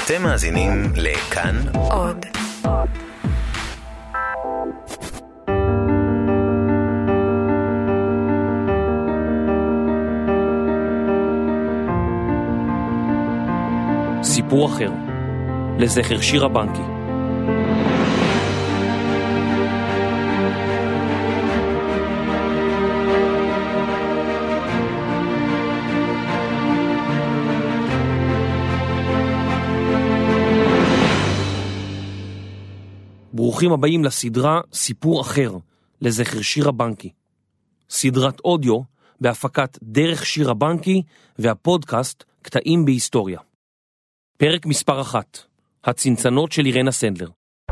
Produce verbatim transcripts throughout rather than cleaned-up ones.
אתם מאזינים לכאן עוד. סיפור אחר, לזכר שירה בנקי. ברוכים הבאים לסדרה סיפור אחר, לזכר שירה בנקי. סדרת אודיו בהפקת דרך שירה בנקי והפודקאסט קטעים בהיסטוריה. פרק מספר אחת, הצנצנות של אירנה סנדלר.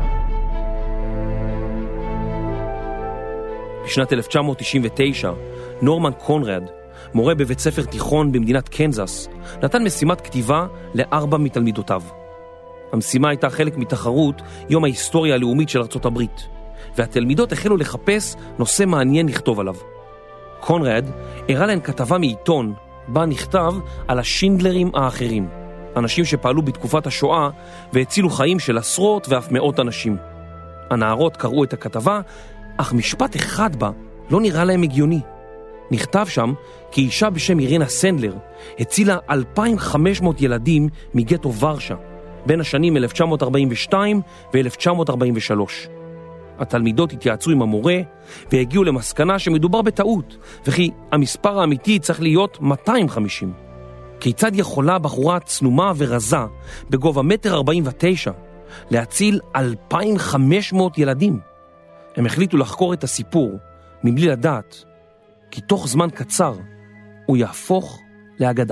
בשנת אלף תשע מאות תשעים ותשע, נורמן קונרד, מורה בבית ספר תיכון במדינת קנזס, נתן משימת כתיבה לארבע מתלמידותיו. המשימה הייתה חלק מתחרות יום ההיסטוריה הלאומית של ארצות הברית, והתלמידות החלו לחפש נושא מעניין לכתוב עליו. קונרד הראה להן כתבה מעיתון, בה נכתב על השינדלרים האחרים, אנשים שפעלו בתקופת השואה והצילו חיים של עשרות ואף מאות אנשים. הנערות קראו את הכתבה, אך משפט אחד בה לא נראה להם הגיוני. נכתב שם כי אישה בשם אירנה סנדלר הצילה אלפיים וחמש מאות ילדים מגטו ורשה, בין השנים אלף תשע מאות ארבעים ושתיים ו-אלף תשע מאות ארבעים ושלוש. התלמידות התייעצו עם המורה והגיעו למסקנה שמדובר בטעות, וכי המספר האמיתי צריך להיות מאתיים וחמישים. כיצד יכולה בחורה צנומה ורזה בגובה מטר ארבעים ותשע להציל אלפיים וחמש מאות ילדים? הם החליטו לחקור את הסיפור מבלי לדעת כי תוך זמן קצר הוא יהפוך לאגדה.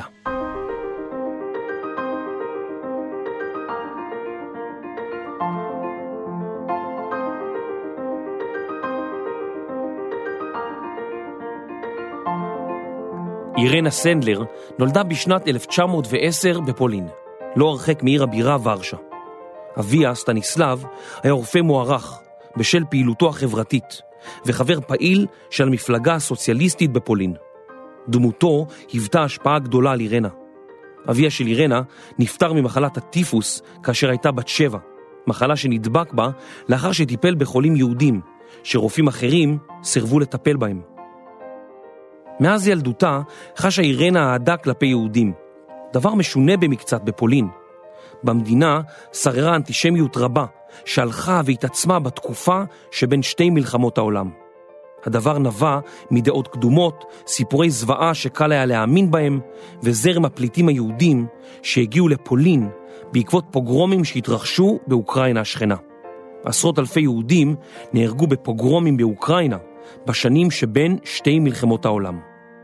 אירנה סנדלר נולדה בשנת אלף תשע מאות ועשר בפולין, לא הרחק מעיר הבירה ורשה. אביה, סטניסלב, היה רופא מוערך בשל פעילותו החברתית, וחבר פעיל של המפלגה הסוציאליסטית בפולין. דמותו היוותה השפעה גדולה על אירנה. אביה של אירנה נפטר ממחלת הטיפוס כאשר הייתה בת שבע, מחלה שנדבק בה לאחר שטיפל בחולים יהודים, שרופאים אחרים סרבו לטפל בהם. מאז ילדותה חשה אירנה אהדה כלפי יהודים, דבר משונה במקצת בפולין. במדינה שררה אנטישמיות רבה, שהלכה והתעצמה בתקופה שבין שתי מלחמות העולם. הדבר נבע מדעות קדומות, סיפורי זוועה שקל היה להאמין בהם, וזרם הפליטים היהודים שהגיעו לפולין בעקבות פוגרומים שהתרחשו באוקראינה השכנה. עשרות אלפי יהודים נהרגו בפוגרומים באוקראינה, בשנים שבין שתי מלחמות העולם.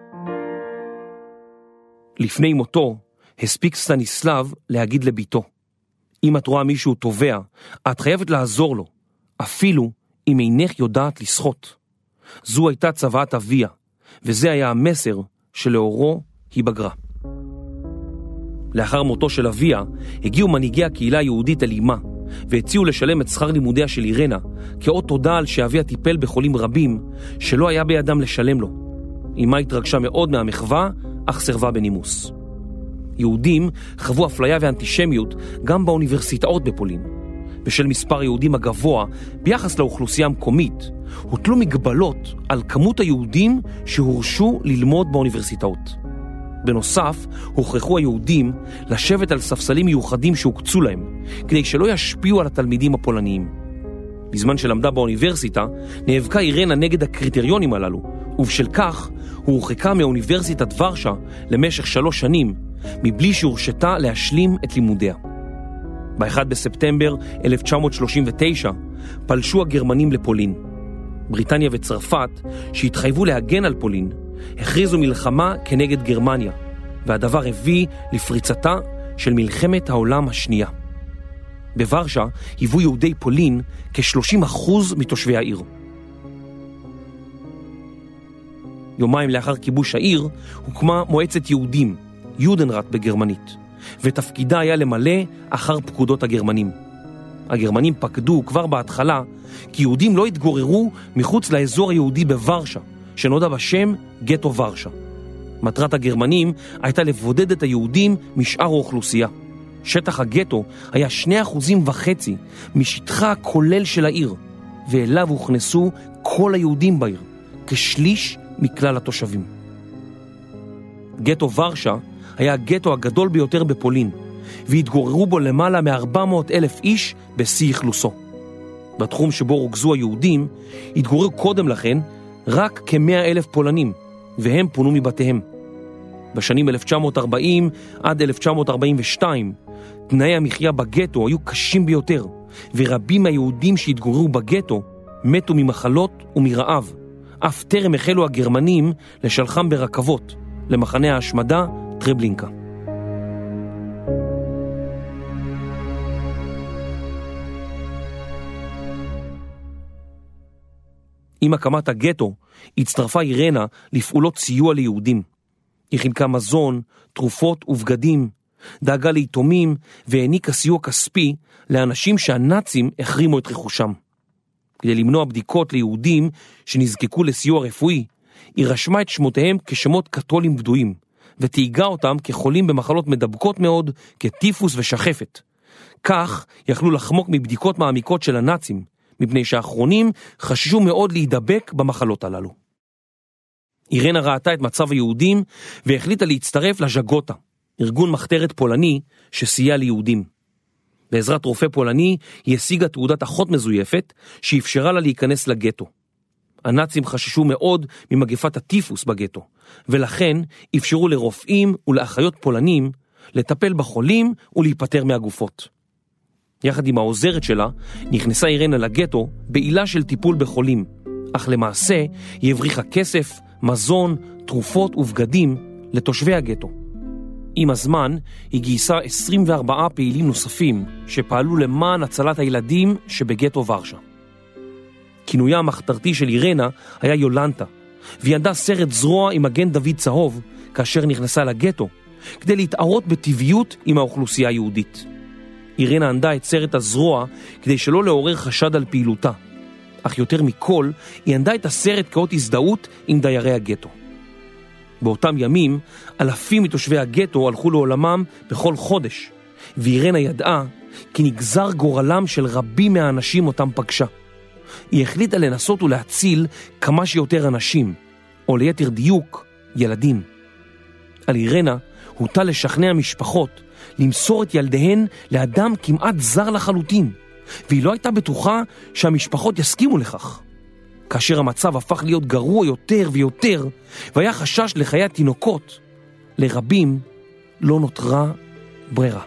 לפני מותו, הספיק סטניסלב להגיד לביתו, אם את רואה מישהו טובע, את חייבת לעזור לו, אפילו אם אינך יודעת לשחות. זו הייתה צוואת אביה, וזה היה המסר שלאורו היא בגרה. לאחר מותו של אביה, הגיעו מנהיגי הקהילה היהודית אל אימה, והציעו לשלם את שכר לימודיה של אירנה, כאות תודה על שאביה טיפל בחולים רבים, שלא היה בידם לשלם לו. אימה התרגשה מאוד מהמחווה, אך סרבה בנימוס. יהודים חוו אפליה ואנטישמיות גם באוניברסיטאות בפולין. בשל מספר היהודים הגבוה ביחס לאוכלוסייה המקומית, הוטלו מגבלות על כמות היהודים שהורשו ללמוד באוניברסיטאות. בנוסף, הוכרחו היהודים לשבת על ספסלים מיוחדים שהוקצו להם, כדי שלא ישפיעו על התלמידים הפולניים. בזמן שלמדה באוניברסיטה, נאבקה אירנה נגד הקריטריונים הללו, ובשל כך הוא הורחקה מאוניברסיטת ורשה למשך שלוש שנים, מבלי שהורשתה להשלים את לימודיה. ב-אחד בספטמבר אלף תשע מאות שלושים ותשע פלשו הגרמנים לפולין. בריטניה וצרפת, שהתחייבו להגן על פולין, הכריזו מלחמה כנגד גרמניה, והדבר הביא לפריצתה של מלחמת העולם השנייה. בוורשה היוו יהודי פולין כ-שלושים אחוז מתושבי העיר. יומיים לאחר כיבוש העיר הוקמה מועצת יהודים, יודנראט בגרמנית, ותפקידה היה למלא אחר פקודות הגרמנים. הגרמנים פקדו כבר בהתחלה כי יהודים לא התגוררו מחוץ לאזור היהודי בוורשה, שנודע בשם גטו ורשה. מטרת הגרמנים הייתה לבודד את היהודים משאר האוכלוסייה. שטח הגטו היה שני אחוזים וחצי משטחה הכולל של העיר, ואליו הוכנסו כל היהודים בעיר, כשליש מכלל התושבים. גטו ורשה היה הגטו הגדול ביותר בפולין, והתגוררו בו למעלה מ-ארבע מאות אלף איש בשיא אכלוסו. בתחום שבו רוכזו היהודים, התגוררו קודם לכן רק כ-מאה אלף פולנים, והם פונו מבתיהם. בשנים אלף תשע מאות ארבעים עד אלף תשע מאות ארבעים ושתיים, תנאי המחיה בגטו היו קשים ביותר, ורבים מהיהודים שהתגוררו בגטו מתו ממחלות ומרעב. אף טרם החלו הגרמנים לשלחם ברכבות למחנה ההשמדה טרבלינקה. עם הקמת הגטו הצטרפה אירנה לפעולות סיוע ליהודים. היא חילקה מזון, תרופות ובגדים, דאגה ליתומים והעניקה סיוע כספי לאנשים שהנאצים החרימו את רכושם. כדי למנוע בדיקות ליהודים שנזקקו לסיוע רפואי, היא רשמה את שמותיהם כשמות קתולים בדויים, ותהיגה אותם כחולים במחלות מדבקות מאוד, כטיפוס ושחפת. כך יכלו לחמוק מבדיקות מעמיקות של הנאצים, מפני שהאחרונים חששו מאוד להידבק במחלות הללו. אירנה ראתה את מצב היהודים והחליטה להצטרף לז'גוטה, ארגון מחתרת פולני שסייע ליהודים. בעזרת רופא פולני היא השיגה תעודת אחות מזויפת שאפשרה לה להיכנס לגטו. הנאצים חששו מאוד ממגפת הטיפוס בגטו, ולכן אפשרו לרופאים ולאחיות פולנים לטפל בחולים ולהיפטר מהגופות. יחד עם העוזרת שלה נכנסה אירנה לגטו בעילה של טיפול בחולים, אך למעשה היא הבריחה כסף, מזון, תרופות ובגדים לתושבי הגטו. עם הזמן היא גייסה עשרים וארבעה פעילים נוספים שפעלו למען הצלת הילדים שבגטו ורשה. כינויה המחתרתי של אירנה היה יולנטה, והיא ענדה סרט זרוע עם מגן דוד צהוב כאשר נכנסה לגטו, כדי להתערות בטבעיות עם האוכלוסייה היהודית. אירנה ענדה את סרט הזרוע כדי שלא לעורר חשד על פעילותה, אך יותר מכל היא ענדה את הסרט כאות הזדהות עם דיירי הגטו. באותם ימים אלפים מתושבי הגטו הלכו לעולמם בכל חודש, ואירנה ידעה כי נגזר גורלם של רבים מהאנשים אותם פגשה. היא החליטה לנסות ולהציל כמה שיותר אנשים, או ליתר דיוק, ילדים. על אירנה הוטל לשכנע משפחות למסור את ילדיהן לאדם כמעט זר לחלוטין, והיא לא הייתה בטוחה שהמשפחות יסכימו לכך. כאשר המצב הפך להיות גרוע יותר ויותר, והיה חשש לחיי התינוקות, לרבים לא נותרה ברירה.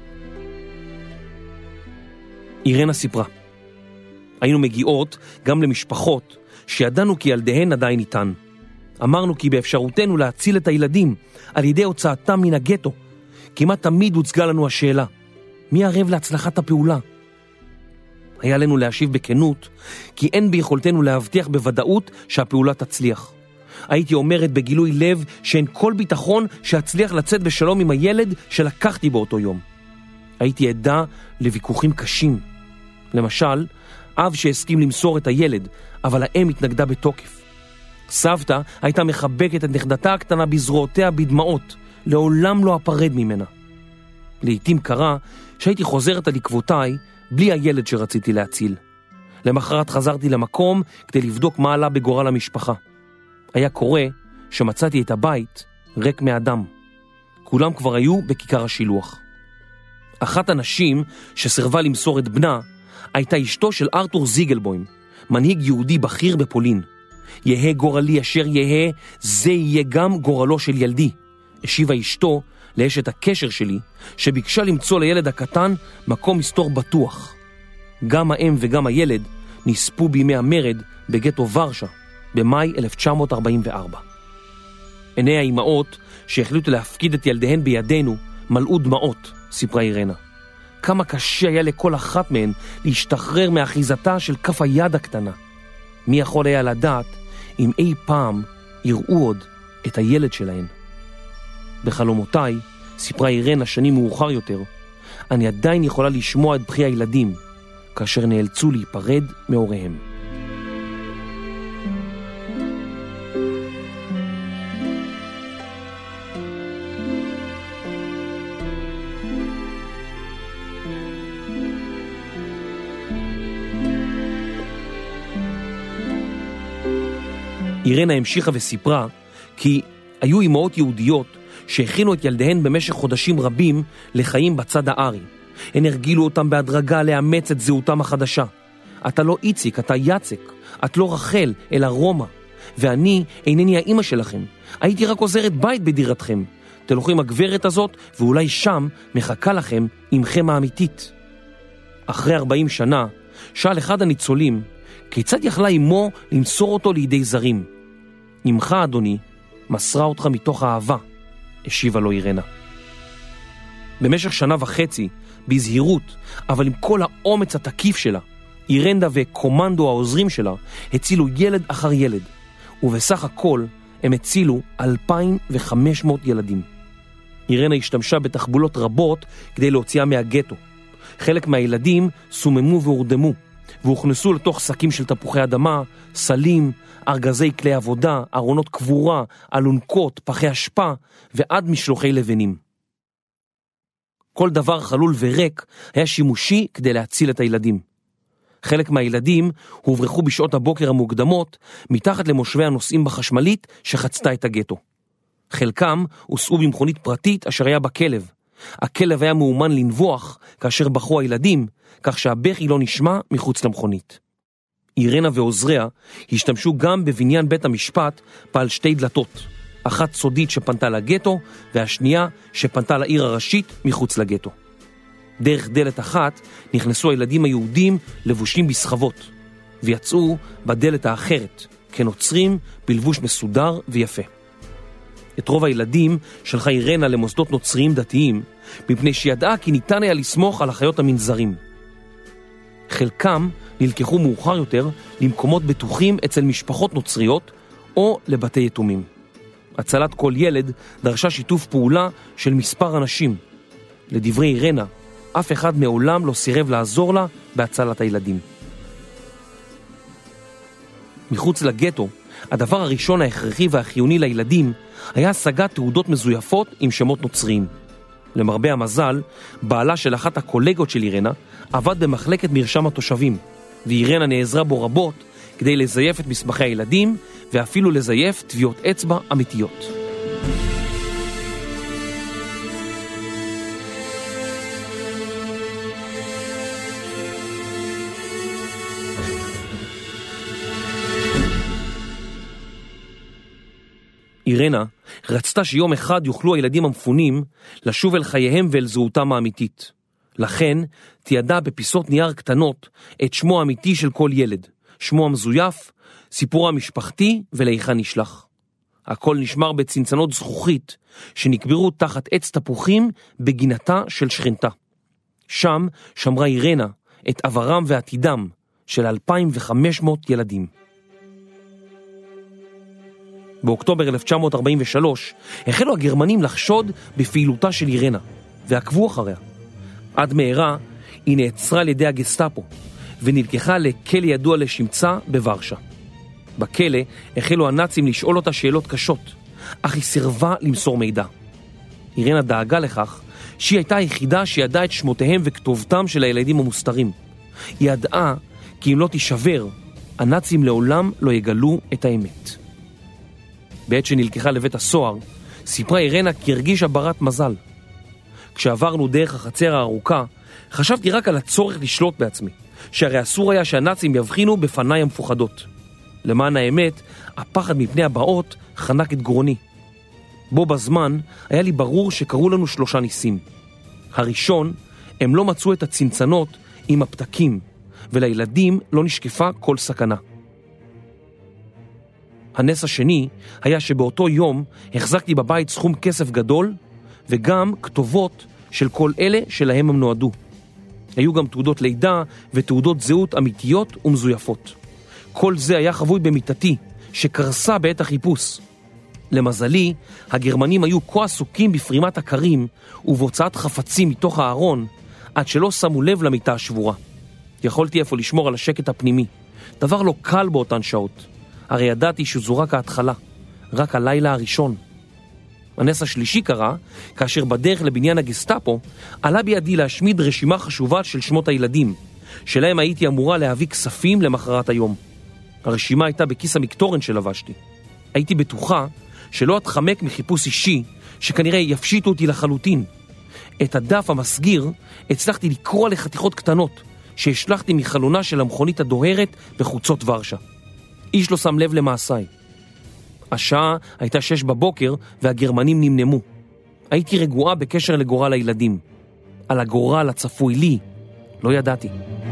אירנה סיפרה, היינו מגיעות גם למשפחות שידענו כי ילדיהן עדיין איתן. אמרנו כי באפשרותנו להציל את הילדים על ידי הוצאתם מן הגטו. כמעט תמיד הוצגה לנו השאלה, מי ערב להצלחת הפעולה? היה לנו להשיב בכנות, כי אין ביכולתנו להבטיח בוודאות שהפעולה תצליח. הייתי אומרת בגילוי לב שאין כל ביטחון שאצליח לצאת בשלום עם הילד שלקחתי באותו יום. הייתי עדה לוויכוחים קשים. למשל, אב שהסכים למסור את הילד, אבל האם התנגדה בתוקף. סבתא הייתה מחבקת את נכדתה הקטנה בזרועותיה בדמעות, לעולם לא אפרד ממנה. לעתים קרה שהייתי חוזרת על עקבותיי בלי הילד שרציתי להציל. למחרת חזרתי למקום כדי לבדוק מה עלה בגורל המשפחה. היה קורה שמצאתי את הבית ריק מאדם. כולם כבר היו בכיכר השילוח. אחת הנשים שסרבה למסור את בנה הייתה אשתו של ארתור זיגלבוים, מנהיג יהודי בכיר בפולין. יהה גורלי אשר יהה, זה יהיה גם גורלו של ילדי, השיבה אשתו לאשת הקשר שלי, שביקשה למצוא לילד הקטן מקום מסתור בטוח. גם האם וגם הילד נספו בימי המרד בגטו ורשה, במאי אלף תשע מאות ארבעים וארבע. עיני האימהות שהחליטו להפקיד את ילדיהן בידינו מלאו דמעות, סיפרה אירנה. כמה קשה היה לכל אחת מהן להשתחרר מאחיזתה של כף היד הקטנה. מי יכול היה לדעת אם אי פעם יראו עוד את הילד שלהן? בחלומותיי, סיפרה אירנה שנים מאוחר יותר, אני עדיין יכולה לשמוע את בכי הילדים, כאשר נאלצו להיפרד מהוריהם. אירנה המשיכה וסיפרה כי היו אמהות יהודיות שהכינו את ילדיהן במשך חודשים רבים לחיים בצד הארי. הן הרגילו אותם בהדרגה לאמץ את זהותם החדשה. אתה לא איציק, אתה יצק. את לא רחל, אלא רומא. ואני אינני האמא שלכם. הייתי רק עוזרת בית בדירתכם. תלכו עם הגברת הזאת, ואולי שם מחכה לכם אמכם האמיתית. אחרי ארבעים שנה, שאל אחד הניצולים, כיצד יכלה אמו למסור אותו לידי זרים? אמך, אדוני, מסרה אותך מתוך אהבה, השיבה לו אירנה. במשך שנה וחצי, בזהירות, אבל עם כל האומץ התקיף שלה, אירנדה וקומנדו העוזרים שלה הצילו ילד אחר ילד, ובסך הכל הם הצילו אלפיים וחמש מאות ילדים. אירנה השתמשה בתחבולות רבות כדי להוציאה מהגטו. חלק מהילדים סוממו והורדמו, והוכנסו לתוך שקים של תפוחי אדמה, סלים, ארגזי כלי עבודה, ארונות קבורה, אלונקות, פחי אשפה ועד משלוחי לבנים. כל דבר חלול וריק היה שימושי כדי להציל את הילדים. חלק מהילדים הוברחו בשעות הבוקר המוקדמות מתחת למושבי הנוסעים בחשמלית שחצתה את הגטו. חלקם הוסעו במכונית פרטית אשר היה בכלב. הכלב היה מאומן לנבוח כאשר בחו הילדים, כך שהבכי לא נשמע מחוץ למכונית. אירנה ועוזריה השתמשו גם בבניין בית המשפט בעל שתי דלתות, אחת סודית שפנתה לגטו והשנייה שפנתה לעיר הראשית מחוץ לגטו. דרך דלת אחת נכנסו הילדים היהודים לבושים בסחבות, ויצאו בדלת האחרת כנוצרים בלבוש מסודר ויפה. את רוב הילדים שלחה אירנה למוסדות נוצריים דתיים, מפני שידעה כי ניתן היה לסמוך על החיות המנזרים. חלקם נלקחו מאוחר יותר למקומות בטוחים אצל משפחות נוצריות או לבתי יתומים. הצלת כל ילד דרשה שיתוף פעולה של מספר אנשים. לדברי אירנה, אף אחד מעולם לא סירב לעזור לה בהצלת הילדים. מחוץ לגטו, הדבר הראשון ההכרחי והחיוני לילדים היה השגת תעודות מזויפות עם שמות נוצריים. למרבה המזל, בעלה של אחת הקולגות של אירנה עבד במחלקת מרשם התושבים, ואירנה נעזרה בו רבות כדי לזייף את מסמכי הילדים ואפילו לזייף טביעות אצבע אמיתיות. אירנה רצתה שיום אחד יוכלו הילדים המפונים לשוב אל חייהם ואל זהותם האמיתית. לכן תיעדה בפיסות נייר קטנות את שמו האמיתי של כל ילד, שמו המזויף, סיפור המשפחתי ולהיכן נשלח. הכל נשמר בצנצנות זכוכית שנקברו תחת עץ תפוחים בגינתה של שכנתה. שם שמרה אירנה את עברם ועתידם של אלפיים וחמש מאות ילדים. באוקטובר אלף תשע מאות ארבעים ושלוש החלו הגרמנים לחשוד בפעילותה של אירנה, ועקבו אחריה. עד מהרה היא נעצרה על ידי הגסטאפו, ונלקחה לכלא ידוע לשמצה בוורשה. בכלא החלו הנאצים לשאול אותה שאלות קשות, אך היא סירבה למסור מידע. אירנה דאגה לכך שהיא הייתה היחידה שידעה את שמותיהם וכתובתם של הילדים המוסתרים. היא ידעה כי אם לא תישבר, הנאצים לעולם לא יגלו את האמת. בעת שנלקחה לבית הסוהר, סיפרה אירנה כי הרגישה ברת מזל. כשעברנו דרך החצר הארוכה, חשבתי רק על הצורך לשלוט בעצמי, שהרי אסור היה שהנאצים יבחינו בפניי המפוחדות. למען האמת, הפחד מפני הבאות חנק את גרוני. בו בזמן היה לי ברור שקראו לנו שלושה ניסים. הראשון, הם לא מצאו את הצנצנות עם הפתקים, ולילדים לא נשקפה כל סכנה. הנס השני היה שבאותו יום החזקתי בבית סכום כסף גדול, וגם כתובות של כל אלה שלהם הם נועדו. היו גם תעודות לידה ותעודות זהות אמיתיות ומזויפות. כל זה היה חבוי במיטתי, שקרסה בעת החיפוש. למזלי, הגרמנים היו כה עסוקים בפרימת הקרים ובהוצאת חפצים מתוך הארון, עד שלא שמו לב למיטה השבורה. יכולתי איפה לשמור על השקט הפנימי. דבר לא קל באותן שעות. הרי ידעתי שזו רק ההתחלה, רק הלילה הראשון. הנס השלישי קרה, כאשר בדרך לבניין הגסטאפו, עלה בידי להשמיד רשימה חשובה של שמות הילדים, שלהם הייתי אמורה להביא כספים למחרת היום. הרשימה הייתה בכיס המקטורן שלבשתי. הייתי בטוחה שלא אתחמק מחיפוש אישי שכנראה יפשיטו אותי לחלוטין. את הדף המסגיר הצלחתי לקרוא לחתיכות קטנות שהשלחתי מחלונה של המכונית הדוהרת בחוצות ורשה. איש לא שם לב למעשיי. השעה הייתה שש בבוקר והגרמנים נמנמו. הייתי רגועה בקשר לגורל הילדים. על הגורל הצפוי לי לא ידעתי.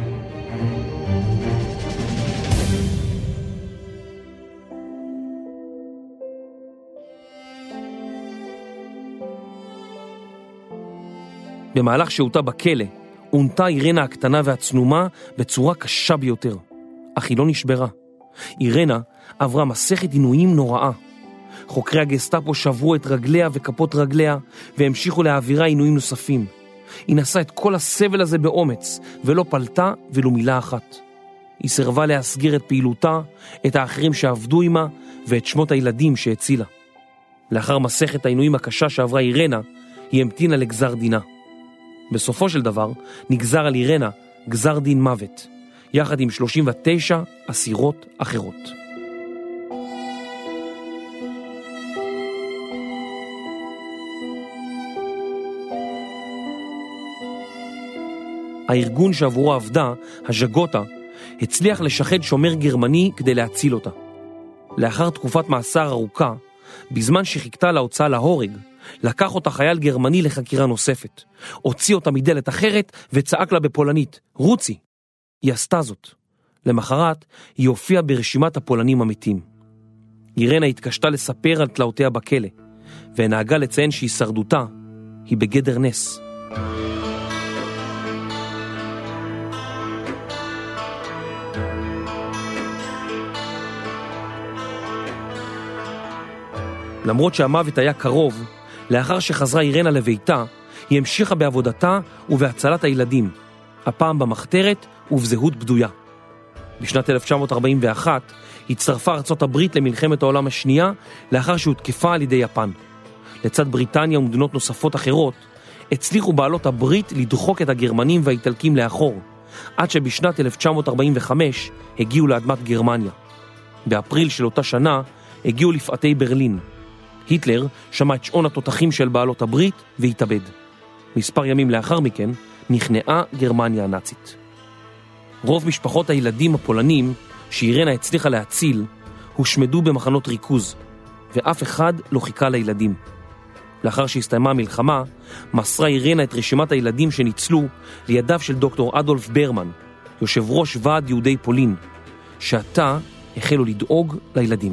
במהלך שהותה בכלא, עונתה אירנה הקטנה והצנומה בצורה קשה ביותר, אך היא לא נשברה. אירנה עברה מסכת עינויים נוראה. חוקרי הגסטאפו שברו את רגליה וכפות רגליה, והמשיכו להעבירה עינויים נוספים. היא נשאה את כל הסבל הזה באומץ, ולא פלטה ולו מילה אחת. היא סירבה להסגיר את פעילותה, את האחרים שעבדו עימה, ואת שמות הילדים שהצילה. לאחר מסכת העינויים הקשה שעברה אירנה, היא המתינה לגזר דינה. בסופו של דבר נגזר על אירנה גזר דין מוות, יחד עם שלושים ותשע אסירות אחרות. הארגון שעבורו עבדה, הז'גוטה, הצליח לשחד שומר גרמני כדי להציל אותה. לאחר תקופת מאסר ארוכה, בזמן שחיכתה להוצאה להורג, לקח אותה חייל גרמני לחקירה נוספת, הוציא אותה מדלת אחרת וצעק לה בפולנית, רוצי. היא עשתה זאת. למחרת היא הופיעה ברשימת הפולנים המתים. אירנה התקשתה לספר על תלאותיה בכלא, ונהגה לציין שהישרדותה היא בגדר נס. למרות שהמוות היה קרוב, לאחר שחזרה אירנה לביתה, היא המשיכה בעבודתה ובהצלת הילדים, הפעם במחתרת ובזהות בדויה. בשנת אלף תשע מאות ארבעים ואחת הצטרפה ארצות הברית למלחמת העולם השנייה, לאחר שהותקפה על ידי יפן. לצד בריטניה ומדינות נוספות אחרות, הצליחו בעלות הברית לדחוק את הגרמנים והאיטלקים לאחור, עד שבשנת אלף תשע מאות ארבעים וחמש הגיעו לאדמת גרמניה. באפריל של אותה שנה הגיעו לפאתי ברלין. היטלר שמע את שעון התותחים של בעלות הברית והתאבד. מספר ימים לאחר מכן נכנעה גרמניה הנאצית. רוב משפחות הילדים הפולנים שאירנה הצליחה להציל הושמדו במחנות ריכוז, ואף אחד לא חיכה לילדים. לאחר שהסתיימה המלחמה, מסרה אירנה את רשימת הילדים שניצלו לידיו של דוקטור אדולף ברמן, יושב ראש ועד יהודי פולין, שעתה החלו לדאוג לילדים.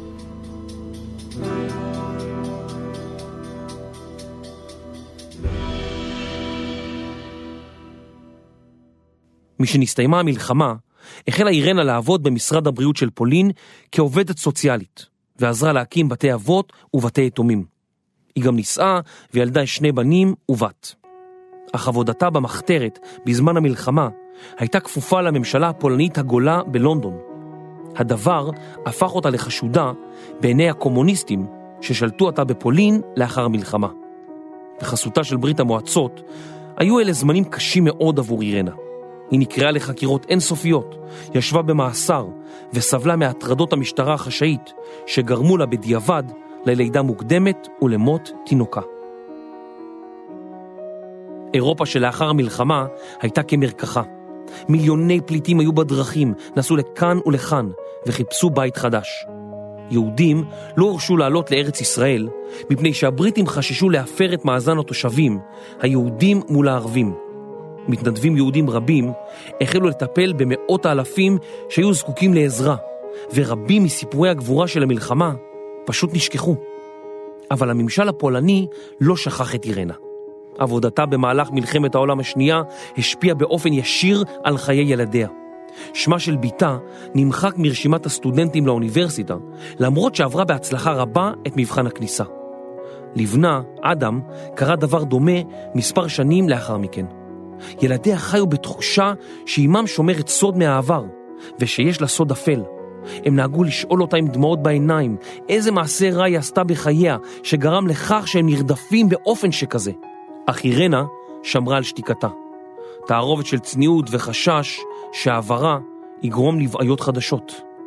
משנסתיימה המלחמה, החלה אירנה לעבוד במשרד הבריאות של פולין כעובדת סוציאלית, ועזרה להקים בתי אבות ובתי יתומים. היא גם נישאה וילדה שני בנים ובת. אך עבודתה במחתרת בזמן המלחמה הייתה כפופה לממשלה הפולנית הגולה בלונדון. הדבר הפך אותה לחשודה בעיני הקומוניסטים ששלטו אותה בפולין לאחר המלחמה. בחסותה של ברית המועצות היו אלה זמנים קשים מאוד עבור אירנה. היא נקראה לחקירות אינסופיות, ישבה במאסר וסבלה מהטרדות המשטרה החשאית שגרמו לה בדיעבד ללידה מוקדמת ולמות תינוקה. אירופה שלאחר המלחמה הייתה כמרקחה. מיליוני פליטים היו בדרכים, נסעו לכאן ולכאן וחיפשו בית חדש. יהודים לא הורשו לעלות לארץ ישראל מפני שהבריטים חששו להפר את מאזן התושבים, היהודים מול הערבים. מתנדבים יהודים רבים החלו לטפל במאות האלפים שהיו זקוקים לעזרה, ורבים מסיפורי הגבורה של המלחמה פשוט נשכחו. אבל הממשל הפולני לא שכח את אירנה. עבודתה במהלך מלחמת העולם השנייה השפיעה באופן ישיר על חיי ילדיה. שמה של ביתה נמחק מרשימת הסטודנטים לאוניברסיטה, למרות שעברה בהצלחה רבה את מבחן הכניסה. לבנה, אדם, קרה דבר דומה מספר שנים לאחר מכן. ילדיה חיו בתחושה שאימם שומרת סוד מהעבר, ושיש לה סוד אפל. הם נהגו לשאול אותה עם דמעות בעיניים, איזה מעשה רע היא עשתה בחייה, שגרם לכך שהם נרדפים באופן שכזה. אך אירנה שמרה על שתיקתה. תערובת של צניעות וחשש שהעברה יגרום לבעיות חדשות.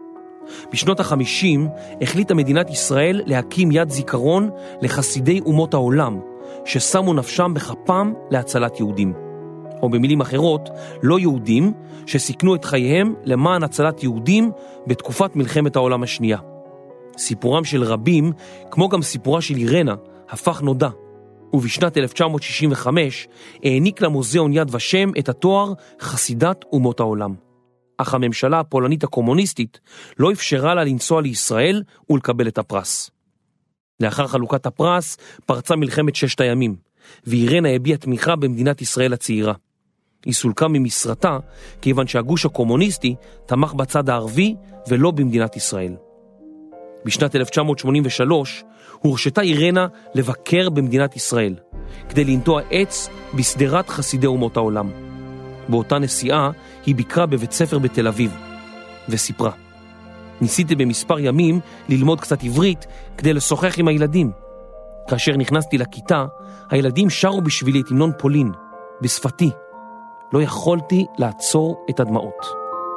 בשנות החמישים החליטה מדינת ישראל להקים יד זיכרון לחסידי אומות העולם, ששמו נפשם בכפם להצלת יהודים. או במילים אחרות, לא יהודים שסיכנו את חייהם למען הצלת יהודים בתקופת מלחמת העולם השנייה. סיפורם של רבים, כמו גם סיפורה של אירנה, הפך נודע, ובשנת אלף תשע מאות שישים וחמש העניק למוזיאון יד ושם את התואר חסידת אומות העולם. אך הממשלה הפולנית הקומוניסטית לא אפשרה לה לנסוע לישראל ולקבל את הפרס. לאחר חלוקת הפרס פרצה מלחמת ששת הימים, ואירנה הביעה תמיכה במדינת ישראל הצעירה. היא סולקה ממשרתה כיוון שהגוש הקומוניסטי תמך בצד הערבי ולא במדינת ישראל. בשנת אלף תשע מאות שמונים ושלוש הורשתה אירנה לבקר במדינת ישראל, כדי לנטוע עץ בסדרת חסידי אומות העולם. באותה נסיעה היא ביקרה בבית ספר בתל אביב, וסיפרה: ניסיתי במספר ימים ללמוד קצת עברית כדי לשוחח עם הילדים. כאשר נכנסתי לכיתה, הילדים שרו בשבילי את המנון פולין, בשפתי. לא יכולתי לעצור את הדמעות.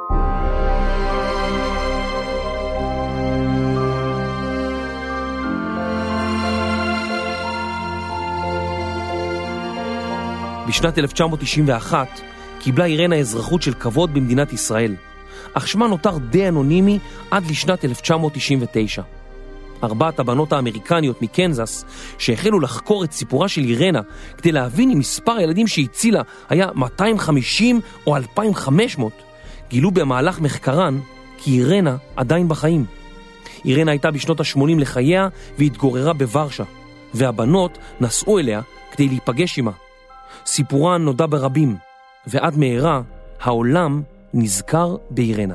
בשנת אלף תשע מאות תשעים ואחת קיבלה אירנה אזרחות של כבוד במדינת ישראל, אך שמה נותר די אנונימי עד לשנת אלף תשע מאות תשעים ותשע. ארבעת הבנות האמריקניות מקנזס, שהחלו לחקור את סיפורה של אירנה כדי להבין אם מספר הילדים שהצילה היה מאתיים וחמישים או אלפיים וחמש מאות, גילו במהלך מחקרן כי אירנה עדיין בחיים. אירנה הייתה בשנות ה-שמונים לחייה והתגוררה בוורשה, והבנות נסעו אליה כדי להיפגש עמה. סיפורן נודע ברבים, ועד מהרה העולם נזכר באירנה.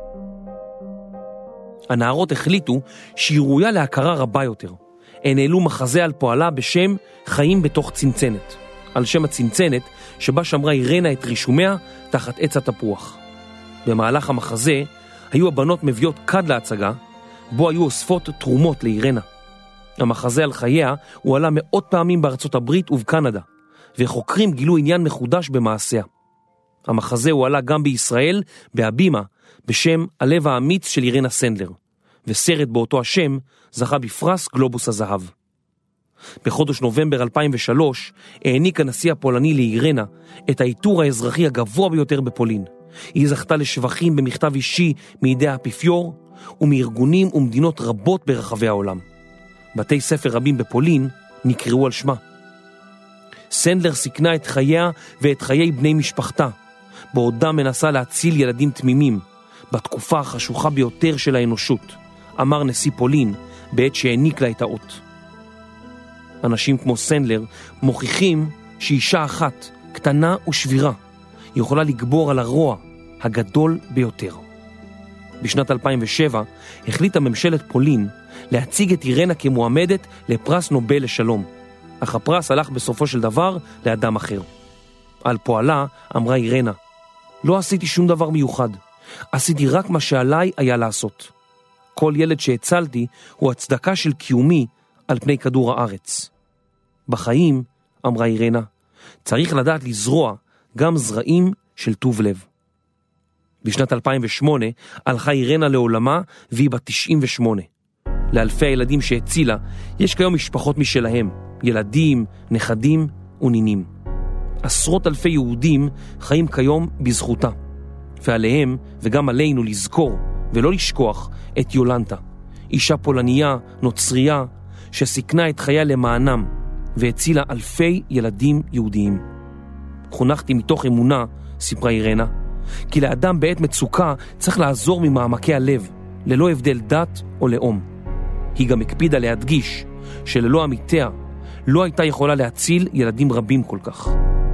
הנערות החליטו שהיא ראויה להכרה רבה יותר. הן העלו מחזה על פועלה בשם חיים בתוך צנצנת, על שם הצנצנת שבה שמרה אירנה את רישומיה תחת עץ התפוח. במהלך המחזה היו הבנות מביאות כד להצגה, בו היו אוספות תרומות לאירנה. המחזה על חייה הוא עלה מאות פעמים בארצות הברית ובקנדה, וחוקרים גילו עניין מחודש במעשיה. המחזה הוא עלה גם בישראל, בהבימה, בשם הלב האמיץ של אירנה סנדלר, וסרט באותו השם זכה בפרס גלובוס הזהב. בחודש נובמבר אלפיים ושלוש העניק הנשיא הפולני לאירנה את העיטור האזרחי הגבוה ביותר בפולין. היא זכתה לשבחים במכתב אישי מידי האפיפיור ומארגונים ומדינות רבות ברחבי העולם. בתי ספר רבים בפולין נקראו על שמה. סנדלר סיכנה את חייה ואת חיי בני משפחתה, בעודה מנסה להציל ילדים תמימים, בתקופה החשוכה ביותר של האנושות, אמר נשיא פולין בעת שהעניק לה את האות. אנשים כמו סנדלר מוכיחים שאישה אחת, קטנה ושבירה, יכולה לגבור על הרוע הגדול ביותר. בשנת אלפיים ושבע החליטה ממשלת פולין להציג את אירנה כמועמדת לפרס נובל לשלום, אך הפרס הלך בסופו של דבר לאדם אחר. על פועלה אמרה אירנה: לא עשיתי שום דבר מיוחד, עשיתי רק מה שעליי היה לעשות. כל ילד שהצלתי הוא הצדקה של קיומי על פני כדור הארץ. בחיים, אמרה אירנה, צריך לדעת לזרוע גם זרעים של טוב לב. בשנת אלפיים ושמונה הלכה אירנה לעולמה והיא בת תשעים ושמונה. לאלפי הילדים שהצילה יש כיום משפחות משלהם, ילדים, נכדים ונינים. עשרות אלפי יהודים חיים כיום בזכותה, ועליהם וגם עלינו לזכור ולא לשכוח את יולנטה, אישה פולניה, נוצריה, שסיכנה את חייה למענם והצילה אלפי ילדים יהודיים. חונכתי מתוך אמונה, סיפרה אירנה, כי לאדם בעת מצוקה צריך לעזור ממעמקי הלב, ללא הבדל דת או לאום. היא גם הקפידה להדגיש שללא עמיתיה לא הייתה יכולה להציל ילדים רבים כל כך.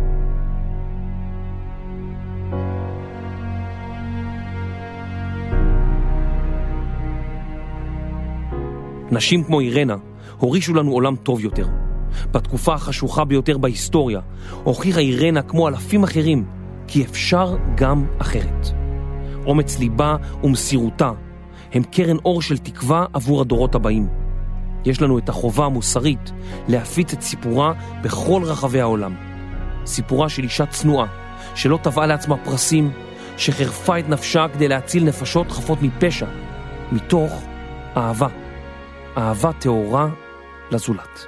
נשים כמו אירנה הורישו לנו עולם טוב יותר. בתקופה החשוכה ביותר בהיסטוריה הוכיחה אירנה כמו אלפים אחרים כי אפשר גם אחרת. אומץ ליבה ומסירותה הם קרן אור של תקווה עבור הדורות הבאים. יש לנו את החובה המוסרית להפיץ את סיפורה בכל רחבי העולם. סיפורה של אישה צנועה שלא טבעה לעצמה פרסים, שחרפה את נפשה כדי להציל נפשות חפות מפשע, מתוך אהבה, אהבה טהורה לזולת.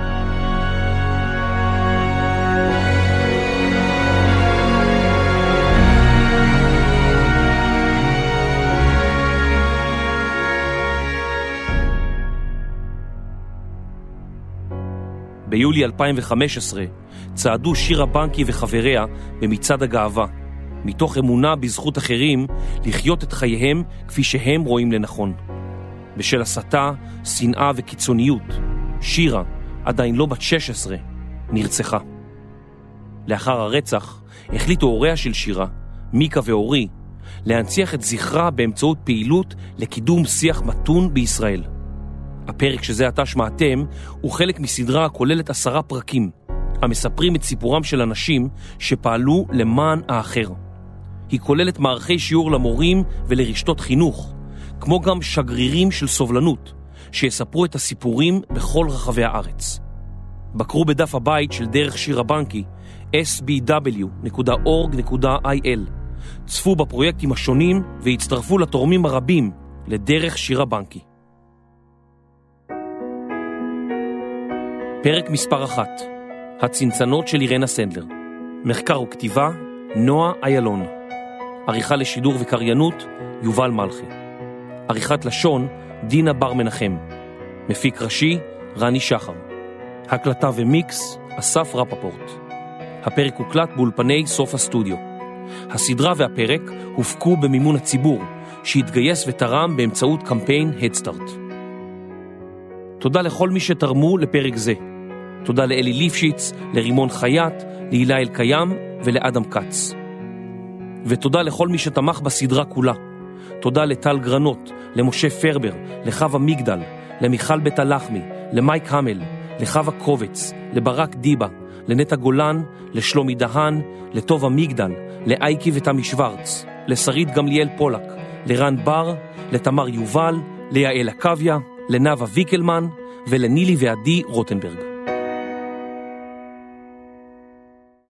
ביולי אלפיים וחמש עשרה צעדו שירה בנקי וחבריה במצעד הגאווה, מתוך אמונה בזכות אחרים לחיות את חייהם כפי שהם רואים לנכון. בשל הסתה, שנאה וקיצוניות, שירה, עדיין לא בת שש עשרה, נרצחה. לאחר הרצח החליטו הוריה של שירה, מיקה ואורי, להנציח את זכרה באמצעות פעילות לקידום שיח מתון בישראל. הפרק שזה עתה שמעתם הוא חלק מסדרה הכוללת עשרה פרקים, המספרים את סיפורם של אנשים שפעלו למען האחר. היא כוללת מערכי שיעור למורים ולרשתות חינוך, כמו גם שגרירים של סובלנות, שיספרו את הסיפורים בכל רחבי הארץ. בקרו בדף הבית של דרך שירה בנקי, אס בי דאבליו נקודה אורג נקודה איי אל. צפו בפרויקטים השונים והצטרפו לתורמים הרבים לדרך שירה בנקי. פרק מספר אחת, הצנצנות של אירנה סנדלר. מחקר וכתיבה, נועה איילון. עריכה לשידור וקריינות, יובל מלכי. עריכת לשון, דינה בר מנחם. מפיק ראשי, רני שחר. הקלטה ומיקס, אסף רפפורט. הפרק הוקלט באולפני סוף הסטודיו. הסדרה והפרק הופקו במימון הציבור, שהתגייס ותרם באמצעות קמפיין הדסטארט. תודה לכל מי שתרמו לפרק זה. תודה לאלי ליפשיץ, לרימון חייט, להילה אל קיים ולאדם קץ. ותודה לכל מי שתמך בסדרה כולה. תודה לטל גרנות, למשה פרבר, לחווה מגדל, למיכל בית הלחמי, למייק המל, לחווה קובץ, לברק דיבה, לנטה גולן, לשלומי דהן, לטובה מגדל, לאייקי ותמי שוורץ, לשרית גמליאל פולק, לרן בר, לתמר יובל, ליעל הקוויה, לנאווה ויקלמן ולנילי ועדי רוטנברג.